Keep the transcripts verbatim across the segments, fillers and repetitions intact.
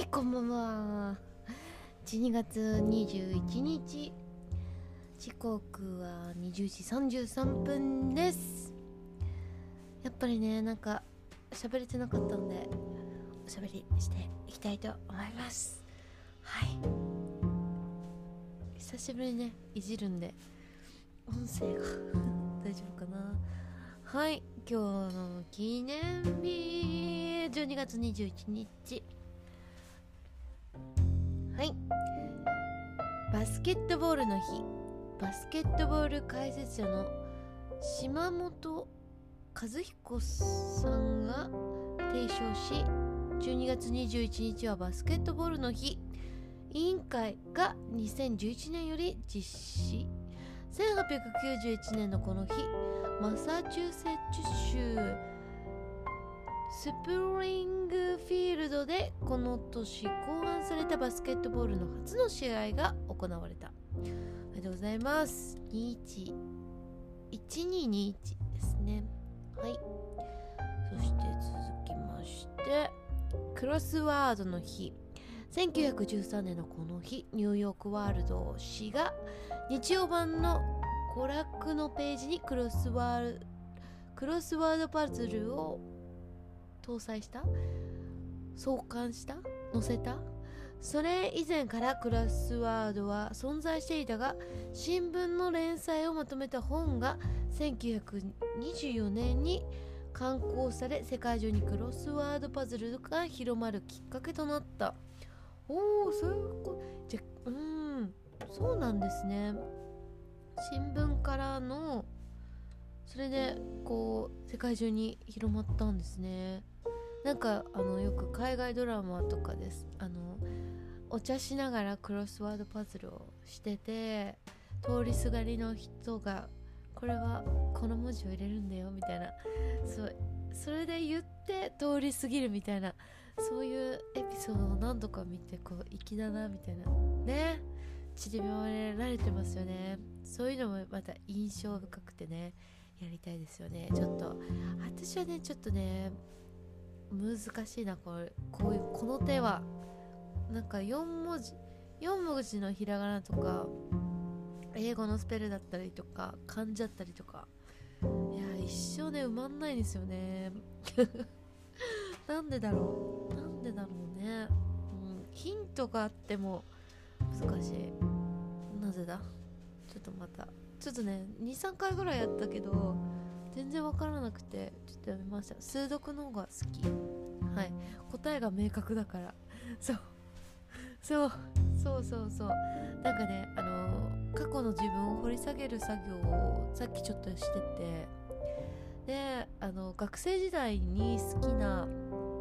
こんばんは。じゅうにがつにじゅういちにち、時刻はにじゅうじさんじゅうさんぷんです。やっぱりね、なんか喋れてなかったんでおしゃべりしていきたいと思います。はい、久しぶりにねいじるんで音声が大丈夫かな。はい、今日の記念日じゅうにがつにじゅういちにち、はい、バスケットボールの日。バスケットボール解説者の島本和彦さんが提唱し、じゅうにがつにじゅういちにちはバスケットボールの日。委員会がにせんじゅういちねんより実施。せんはっぴゃくきゅうじゅういちねんのこの日、マサチューセッツ州スプリングフィールドでこの年考案されたバスケットボールの初の試合が行われた。ありがとうございます。にじゅういち、いちににいちですね。はい、そして続きまして、クロスワードの日。せんきゅうひゃくじゅうさんねんのこの日、ニューヨークワールド紙が日曜版の娯楽のページにクロスワールクロスワードパズルを搭載した創刊した載せた。それ以前からクロスワードは存在していたが、新聞の連載をまとめた本がせんきゅうひゃくにじゅうよねんに刊行され、世界中にクロスワードパズルが広まるきっかけとなった。おー、そういうことじゃ、うーんそうなんですね。新聞からのそれでこう世界中に広まったんですね。なんかあのよく海外ドラマとかです、あのお茶しながらクロスワードパズルをしてて、通りすがりの人がこれはこの文字を入れるんだよみたいな、そうそれで言って通り過ぎるみたいな、そういうエピソードを何度か見て、こう粋だなみたいなね、散りばめられてますよね。そういうのもまた印象深くてね、やりたいですよね。ちょっと私はねちょっとね難しいな、これこういうこの手は。なんかよんもじよん文字のひらがなとか英語のスペルだったりとか漢字だったりとか、いや一生ね埋まんないんですよねなんでだろうなんでだろうね、うん、ヒントがあっても難しい。なぜだ。ちょっとまたちょっとね にさんかいぐらいやったけど全然わからなくてちょっとやめました。数読の方が好き。はい、答えが明確だから。そうそうそうそうそうなんかね、あのー、過去の自分を掘り下げる作業をさっきちょっとしてて、であの学生時代に好きなあの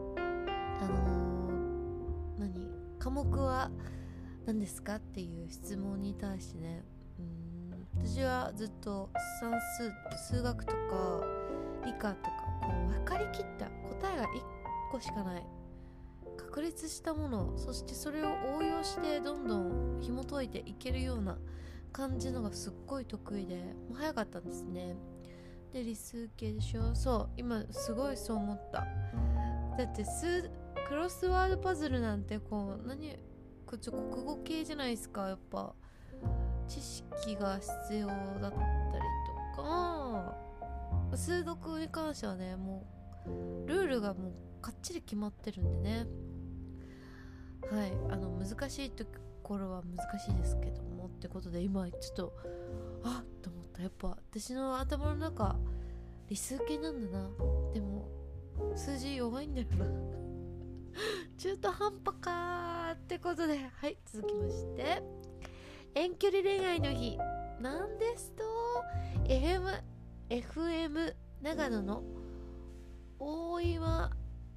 ー、何科目は何ですかっていう質問に対してね、うーん私はずっと算数、数学とか理科とかこう分かりきった答えがいっこしかない確立したもの、そしてそれを応用してどんどん紐解いていけるような感じのがすっごい得意で、もう早かったんですね。で理数系でしょ。そう今すごいそう思った。だって数クロスワードパズルなんてこう何こっち国語系じゃないですか。やっぱ知識が必要だったりとか、数読に関してはねもうルールがもうかっちり決まってるんでね。はい、あの難しいところは難しいですけどもってことで、今ちょっとあっと思った。やっぱ私の頭の中理数系なんだな。でも数字弱いんだよな中途半端かーってことで、はい、続きまして、遠距離恋愛の日なんですと エフエム エフエム 長野の大岩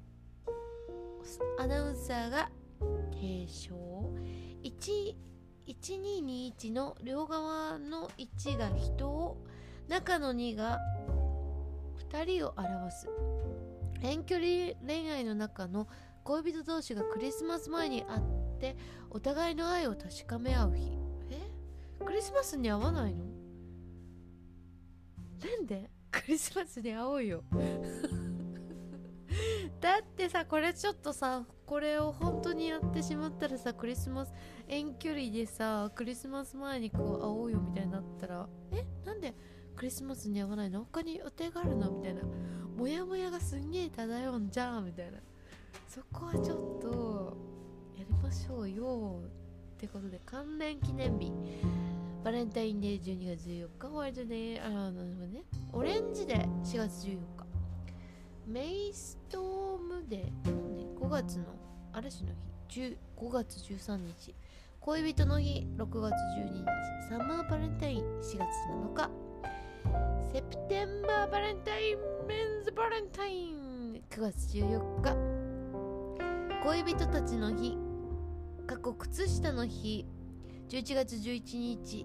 アナウンサーが提唱。いちいちににいちの両側のいちが人を、中のにがふたりを表す。遠距離恋愛の中の恋人同士がクリスマス前に会ってお互いの愛を確かめ合う日。えクリスマスに会わないの？なんでクリスマスに会おうよだってさ、これちょっとさ、これを本当にやってしまったらさ、クリスマス遠距離でさ、クリスマス前にこう会おうよみたいになったら、え、なんでクリスマスに会わないの、他に予定があるのみたいな、モヤモヤがすんげえ漂うんじゃんみたいな、そこはちょっとやりましょうよってことで、関連記念日バレンタインデーじゅうにがつじゅうよっか、ホワイトデー、あのね、オレンジデーしがつじゅうよっか、メイストームデー、ね、ごがつの嵐の日ごがつじゅうさんにち、恋人の日ろくがつじゅうににち、サマーバレンタインしがつなのか、セプテンバーバレンタイン、メンズバレンタインくがつじゅうよっか、恋人たちの日過去靴下の日じゅういちがつじゅういちにち、ん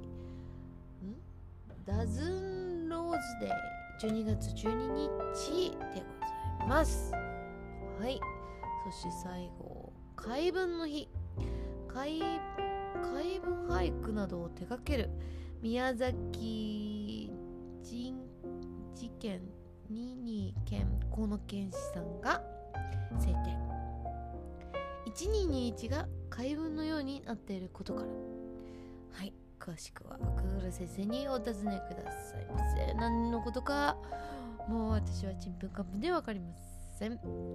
ダズンローズデーじゅうにがつじゅうににちでございます。はい。そして最後、回文の日、回回文俳句などを手掛ける宮崎人事件にに県河野健志さんが制定。いちにーにーいちが回文のようになっていることから、はい、詳しくはくぐる先生にお尋ねくださいませ。何のことかもう私はちんぷんかんぷんでわかりません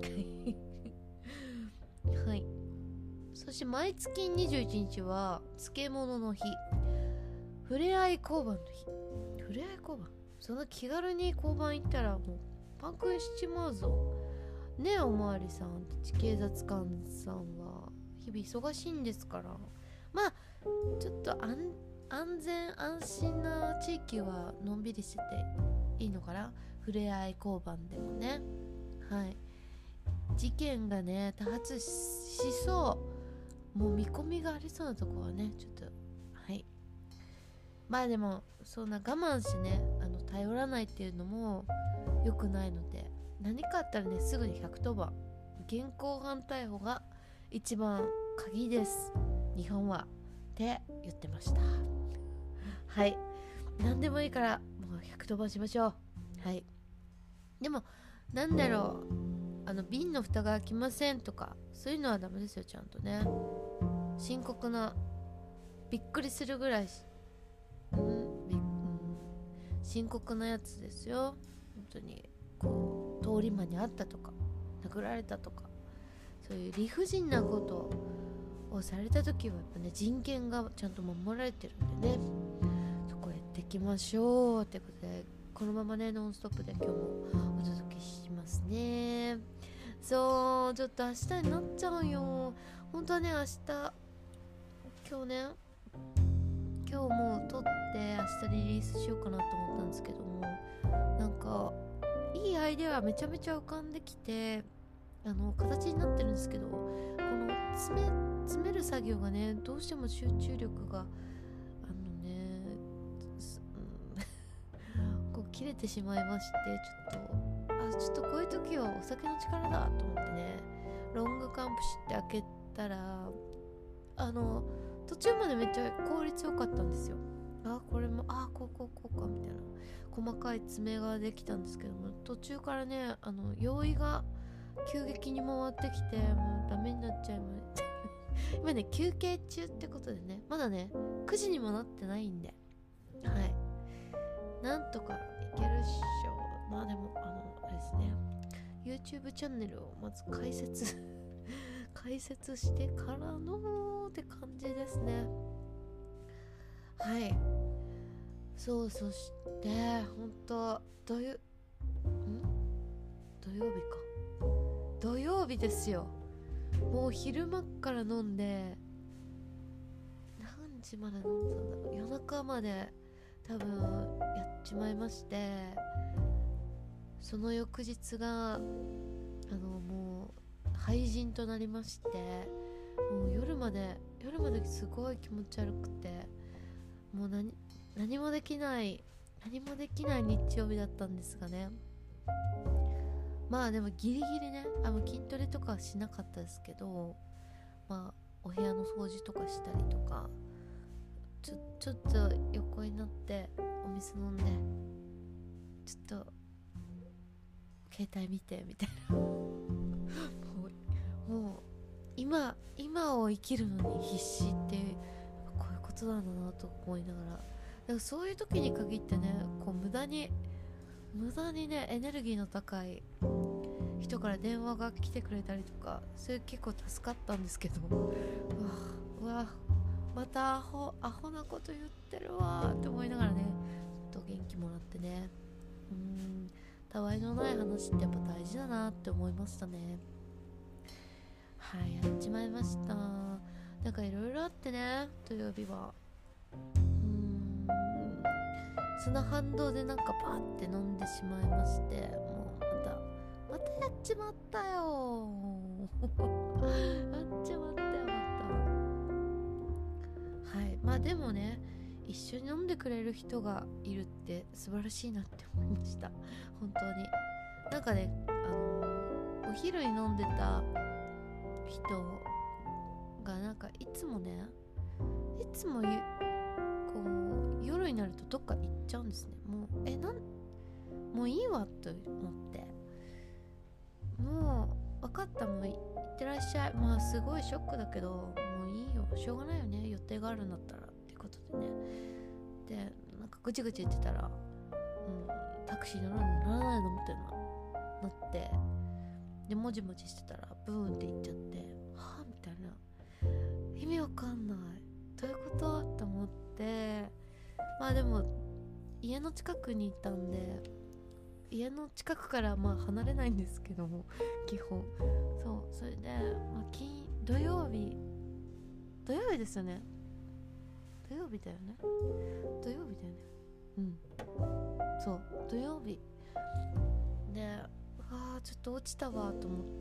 はい。そして毎月にじゅういちにちは漬物の日、ふれあい交番の日。ふれあい交番、そんな気軽に交番行ったらもうパンクしちまうぞねえ。おまわりさんたち警察官さんは日々忙しいんですから、まあちょっと安安全安心な地域はのんびりしてていいのかな。ふれあい交番でもね、はい、事件がね多発 し, しそうもう見込みがありそうなとこはね、ちょっとはい、まあでもそんな我慢してね、あの頼らないっていうのも良くないので、何かあったらねすぐにひゃくとばん、現行犯逮捕が一番鍵です日本はって言ってました。はい、何でもいいからもうひゃくとばんしましょう。はい。でもなんだろう、あの瓶の蓋が開きませんとかそういうのはダメですよ。ちゃんとね深刻な、びっくりするぐらい、うんびうん、深刻なやつですよ。本当にこう通り魔にあったとか殴られたとか、そういう理不尽なことをされた時はやっぱね人権がちゃんと守られてるんでね、そこやっていきましょうってことで、このままねノンストップで今日もお届けしますね。そうちょっと明日になっちゃうよ。本当はね明日今日ね今日もう撮って明日リリースしようかなと思ったんですけども、なんかいいアイデアがめちゃめちゃ浮かんできて、あの形になってるんですけど、この詰め詰める作業がねどうしても集中力があのね、うん、こう切れてしまいまして、ちょっとあちょっとこういう時はお酒の力だと思ってね、ロングカンプシって開けたらあの途中までめっちゃ効率よかったんですよ。あこれもあこうこうこうかみたいな細かい爪ができたんですけども、途中からねあの用意が急激に回ってきてもうダメになっちゃいま今ね休憩中ってことでね、まだねくじにもなってないんで、はいなんとかいけるっしょ。まあでもあのあれですね YouTube チャンネルをまず開設解説してからのって感じですね。はい。そうそして本当土曜ん土曜日か土曜日ですよ。もう昼間っから飲んで何時まで飲んだんだろう、夜中まで多分やっちまいまして、その翌日があのもう廃人となりまして、もう夜まで夜まですごい気持ち悪くて、もう 何, 何もできない何もできない日曜日だったんですがね、まあでもギリギリねあの筋トレとかはしなかったですけど、まあお部屋の掃除とかしたりとか、ちょちょっと横になってお水飲んでちょっと携帯見てみたいなもう今今を生きるのに必死ってこういうことなんだなと思いながら、だからそういう時に限ってね、こう無駄に無駄にねエネルギーの高い人から電話が来てくれたりとか、それ結構助かったんですけど、うわうわまたアホアホなこと言ってるわって思いながらね、ちょっと元気もらってね、うーんたわいのない話ってやっぱ大事だなって思いましたね。はい、やっちまいました。なんかいろいろあってね、土曜日はうーんその反動でなんかバーって飲んでしまいまして、もうまたまたやっちまったよやっちまったよまた。はい、まあでもね、一緒に飲んでくれる人がいるって素晴らしいなって思いました。本当になんかね、あのー、お昼に飲んでた人がなんかいつもね、いつもこう夜になるとどっか行っちゃうんですね。もうえなんもういいわと思って、もう分かった、もう行ってらっしゃい、まあすごいショックだけどもういいよ、しょうがないよね、予定があるんだったらってことでね。でなんかぐちぐち言ってたら、うん、タクシー乗らない乗らないのみたいななって、でもじもじしてたらブーンって行っちゃって、はぁみたいな、意味わかんない、どういうことと思って、まあでも家の近くにいたんで、家の近くからまあ離れないんですけども基本そう、それで、まあ、金土曜日土曜日ですよね、土曜日だよね土曜日だよねうんそう土曜日で、あーちょっと落ちたわと思って、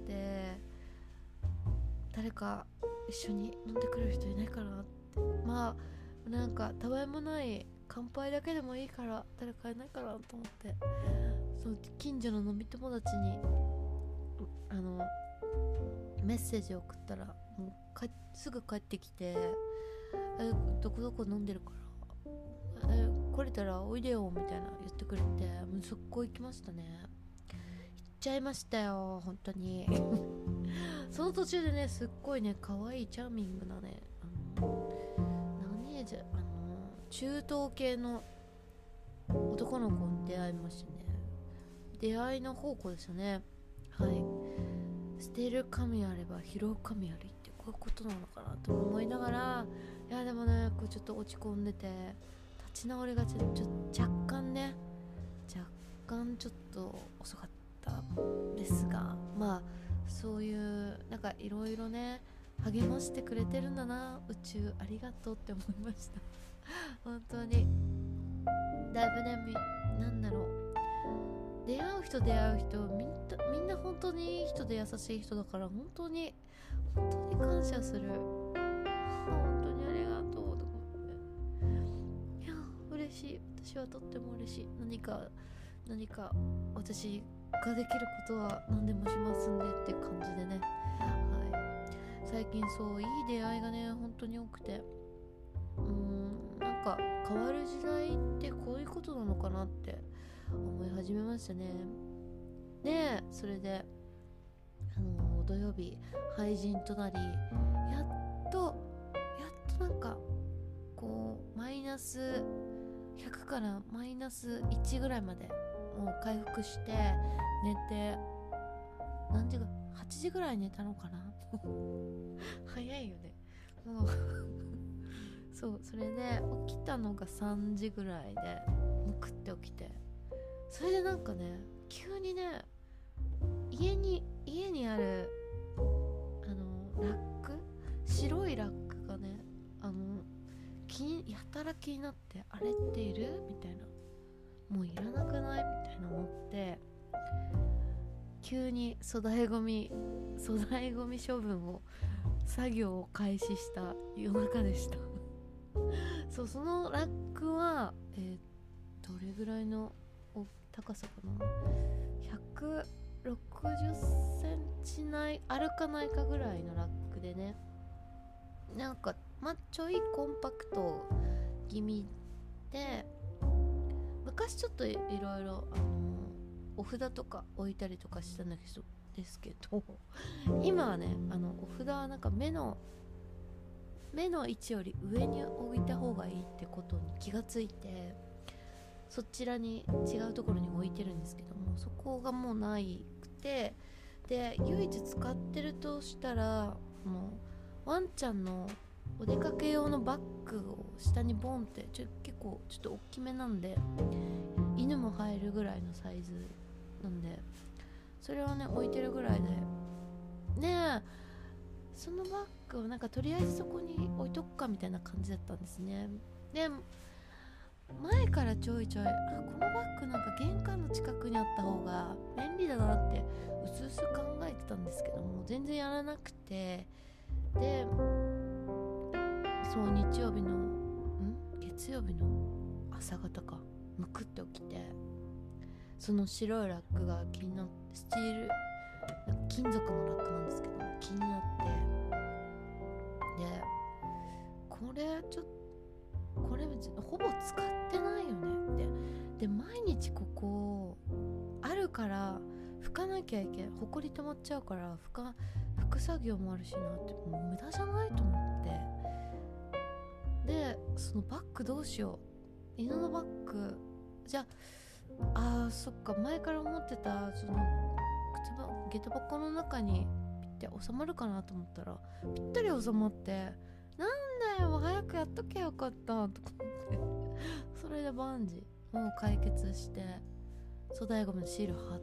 誰か一緒に飲んでくれる人いないかなって、まあなんかたわいもない乾杯だけでもいいから誰かいないかなと思って、そう近所の飲み友達にあのメッセージを送ったら、もうかすぐ帰ってきて、えどこどこ飲んでるからえ来れたらおいでよみたいな言ってくれて、もう速攻行きましたね。行っちゃいましたよ本当にその途中でね、すっごいね可愛いチャーミングなね、あの何じゃあの中東系の男の子に出会いましたね。出会いの宝庫ですよね。はい、捨てる神あれば拾う神ありってこういうことなのかなと思いながら、いやでもねこうちょっと落ち込んでて、立ち直りがちょちょ若干ね若干ちょっと遅かったですが、まあそういうなんかいろいろね励ましてくれてるんだな、宇宙ありがとうって思いました本当にだいぶね、みなんだろう、出会う人出会う人みんなみんな本当にいい人で優しい人だから、本当に本当に感謝する、本当にありがとうと思って、いや嬉しい、私はとっても嬉しい、何か何か私ができることは何でもしますんでっていう感じでね、はい、最近そういい出会いがね本当に多くて、うーんなんか変わる時代ってこういうことなのかなって思い始めましたね。でそれであのー、土曜日廃人となり、やっとやっとなんかこうマイナスひゃくからマイナスいちぐらいまでもう回復して寝て、何時がはちじぐらい寝たのかな早いよねもうそうそれで起きたのがさんじぐらいでむくって起きて、それでなんかね急にね家に家にあるあのラック白いラックがねあの気にやたら気になって、あれっているみたいな、もういらなくないみたいな思って、急に粗大ゴミ粗大ゴミ処分を作業を開始した夜中でしたそう、そのラックは、えー、どれぐらいの高さかな、ひゃくろくじゅっセンチないあるかないかぐらいのラックでね、なんかまあちょいコンパクト気味で、昔ちょっといろいろあのお札とか置いたりとかしたんだけどですけど今はねあのお札はなんか目の目の位置より上に置いた方がいいってことに気がついて、そちらに違うところに置いてるんですけども、そこがもうないくて、で唯一使ってるとしたらもうワンちゃんのお出かけ用のバッグを下にボンってちょ結構ちょっと大きめなんで犬も入るぐらいのサイズなんで、それをね置いてるぐらいでねえ、そのバッグをなんかとりあえずそこに置いとくかみたいな感じだったんですね。で前からちょいちょいあこのバッグなんか玄関の近くにあった方が便利だなってうすうす考えてたんですけども、全然やらなくて、でそう日曜日のん月曜日の朝方かむくって起きて、その白いラックが気になって、スチールなんか金属のラックなんですけど気になって、でこれちょっとこれほぼ使ってないよねって、で毎日ここあるから拭かなきゃいけない、ほこり溜まっちゃうから拭か拭く作業もあるしなって、もう無駄じゃないと思って、でそのバッグどうしよう、犬のバッグじゃあ、あーそっか前から思ってたその靴ば下駄箱の中にピッて収まるかなと思ったらぴったり収まって、なんだよ早くやっとけよかったとか思ってそれでバンジもう解決して粗大ゴミのシール貼って、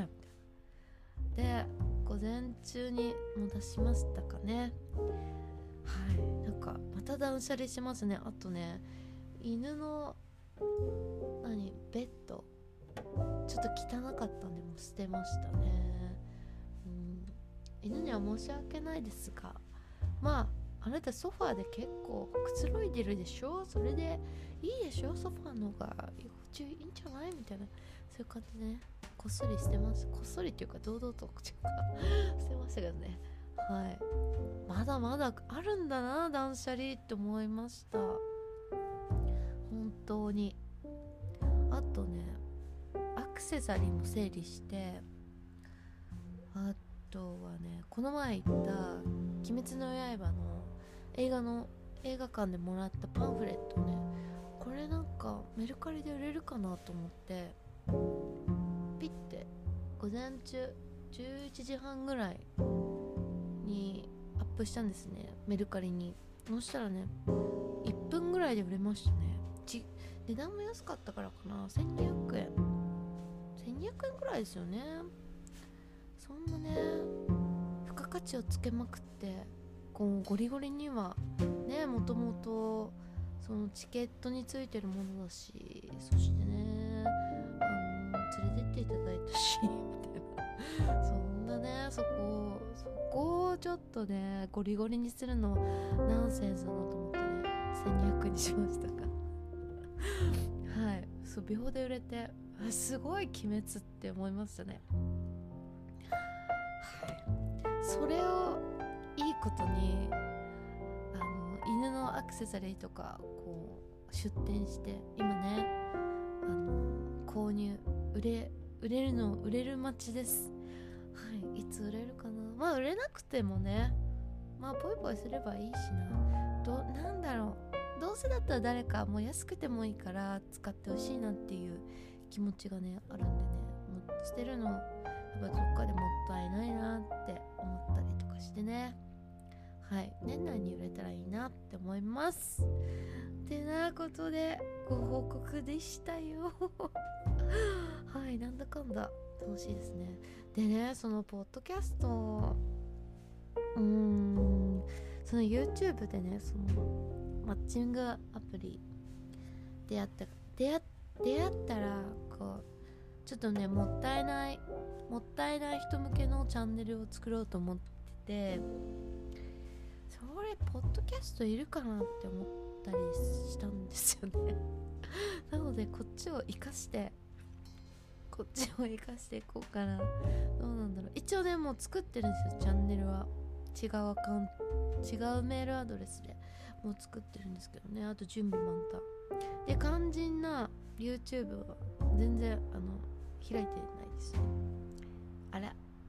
で午前中にもう出しましたかね。はい、なんかまた断捨離しますね。あとね犬の何ベッドちょっと汚かったんでもう捨てましたね。うん、犬には申し訳ないですが、まああなたソファーで結構くつろいでるでしょ、それでいいでしょ、ソファーの方が居心地いいんじゃないみたいな、そういう感じでねこっそり捨てます。こっそりっていうか堂々と口が捨てましたけどね。はい、まだまだあるんだな断捨離って思いました、本当に。あとねアクセサリーも整理して、あとはねこの前行った鬼滅の刃の映画の映画館でもらったパンフレットね、これなんかメルカリで売れるかなと思ってピッて午前中じゅういちじはんぐらいにアップしたんですね、メルカリに。そしたらねいっぷんぐらいで売れましたね。ち値段も安かったからかな、せんにひゃくえんせんにひゃくえんくらいですよね。そんなね付加価値をつけまくってこうゴリゴリにはねもともとそのチケットについてるものだし、そしてねあの連れてっていただいたしみたいなそんなねそこそこをちょっとねゴリゴリにするのナンセンスだなと思ってねせんにひゃくえんにしましたかはい、そう秒で売れてあすごい鬼滅って思いましたね。はい、それをいいことにあの犬のアクセサリーとかこう出店して今ねあの購入売れ売れるの売れる待ちです。はい、いつ売れるかな。まあ売れなくてもねまあポイポイすればいいしな、どなんだろう、どうせだったら誰かもう安くてもいいから使ってほしいなっていう気持ちがねあるんでね、もう捨てるのやっぱどっかでもったいないなって思ったりとかしてね、はい年内に売れたらいいなって思います。てなことでご報告でしたよはいなんだかんだ楽しいですね。でねそのポッドキャストうーんその YouTube でねそのマッチングアプリ出会った出会出会ったらこうちょっとねもったいないもったいない人向けのチャンネルを作ろうと思ってて、それポッドキャストいるかなって思ったりしたんですよねなのでこっちを生かしてこっちを生かしていこうかな。どうなんだろう、一応ねもう作ってるんですよチャンネルは。違うアカウント違うメールアドレスでもう作ってるんですけどね、あと準備満タンで肝心な YouTube は全然あの開いてないですね。あら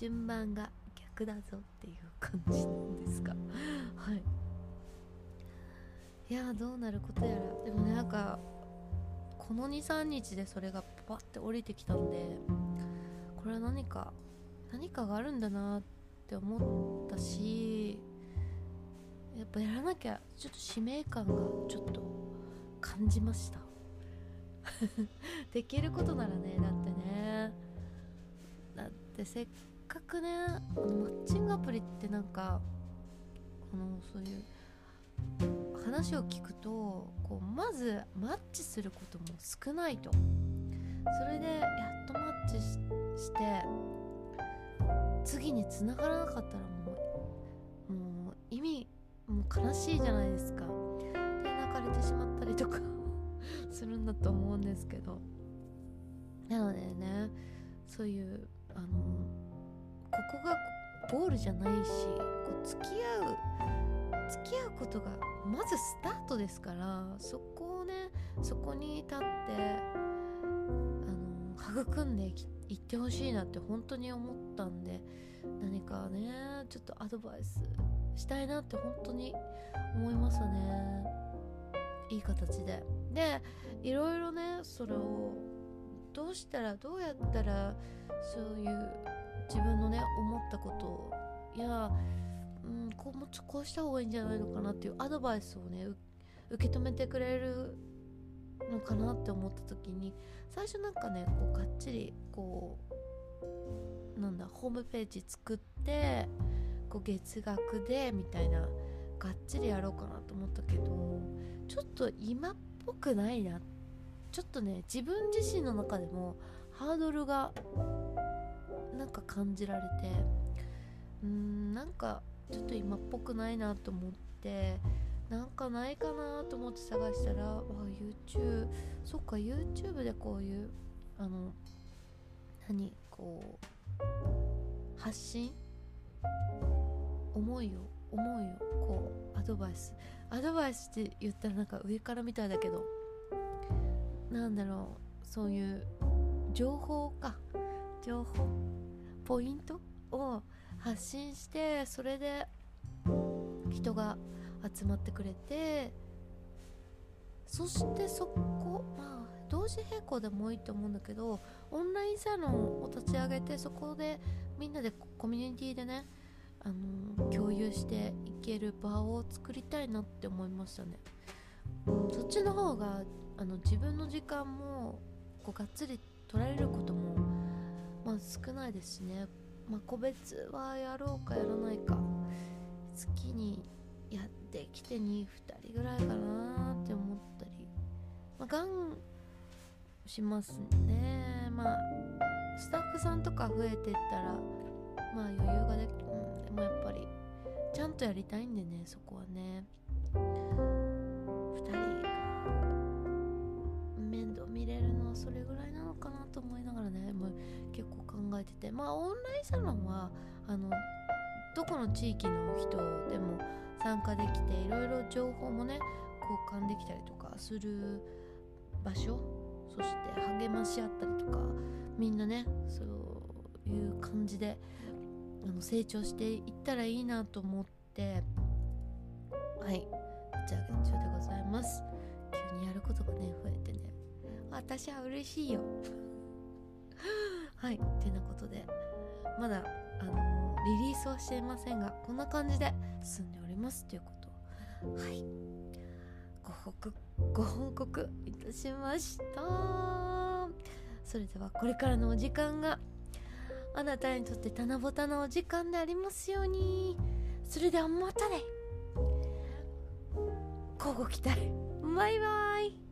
順番が逆だぞっていう感じなんですがはい、いやどうなることやら。でもね、なんかこの にさんにちでそれがパッて降りてきたんで、これは何か何かがあるんだなって思ったし、やっぱやらなきゃ、ちょっと使命感がちょっと感じましたできることならね、だってね、だってせっかくね、あのマッチングアプリってなんかこのそういう話を聞くと、こうまずマッチすることも少ないと、それでやっとマッチ し, して次に繋がらなかったらもうもう意味もう悲しいじゃないですか。で泣かれてしまったりとかするんだと思うんですけど、なのでね、そういうあのここがゴールじゃないし、こう付き合う付き合うことがまずスタートですから、そこをね、そこに立ってあの育んでいってほしいなって本当に思ったんで、何かねちょっとアドバイスしたいなって本当に思いますね、いい形で。でいろいろね、それをどうしたらどうやったらそういう自分のね思ったことや、うん、こうもうちょこうした方がいいんじゃないのかなっていうアドバイスをね受け止めてくれるのかなって思った時に、最初なんかねこうがっちりこうなんだホームページ作ってこう月額でみたいながっちりやろうかなと思ったけど、ちょっと今っぽくないな、ちょっとね自分自身の中でもハードルがなんか感じられて、うーんなんかちょっと今っぽくないなと思って、なんかないかなと思って探したら、あ YouTube そっか YouTube でこういうあの何こう発信思いを思いをこうアドバイスアドバイスって言ったらなんか上からみたいだけど、なんだろう、そういう情報か情報ポイントを発信して、それで人が集まってくれて、そしてそこまあ同時並行でもいいと思うんだけど、オンラインサロンを立ち上げて、そこでみんなでコミュニティでねあの共有していける場を作りたいなって思いましたね、うん、そっちの方があの自分の時間もこうがっつり取られることもまあ少ないですしね、まあ、個別はやろうかやらないか、月にやってきてに、ふたりぐらいかなって思ったり、まあ、ガンしますね。まあスタッフさんとか増えていったらまあ余裕ができる、うん、でもやっぱりちゃんとやりたいんでね、そこはねふたりが面倒見れるのはそれぐらいなのかなと思いながらね、もう結構考えてて、まあオンラインサロンはあのどこの地域の人でも参加できて、いろいろ情報もね交換できたりとかする場所、そして励まし合ったりとか、みんなねそういう感じであの成長していったらいいなと思って、はい立ち上げ中でございます。急にやることがね増えてね、私は嬉しいよはいてなことで、まだあのリリースはしていませんが、こんな感じで進んでおりますということを、はいご報告ご報告いたしました。それではこれからのお時間があなたにとって棚ぼたのお時間でありますように。それではまたね、乞うご期待。バイバイ。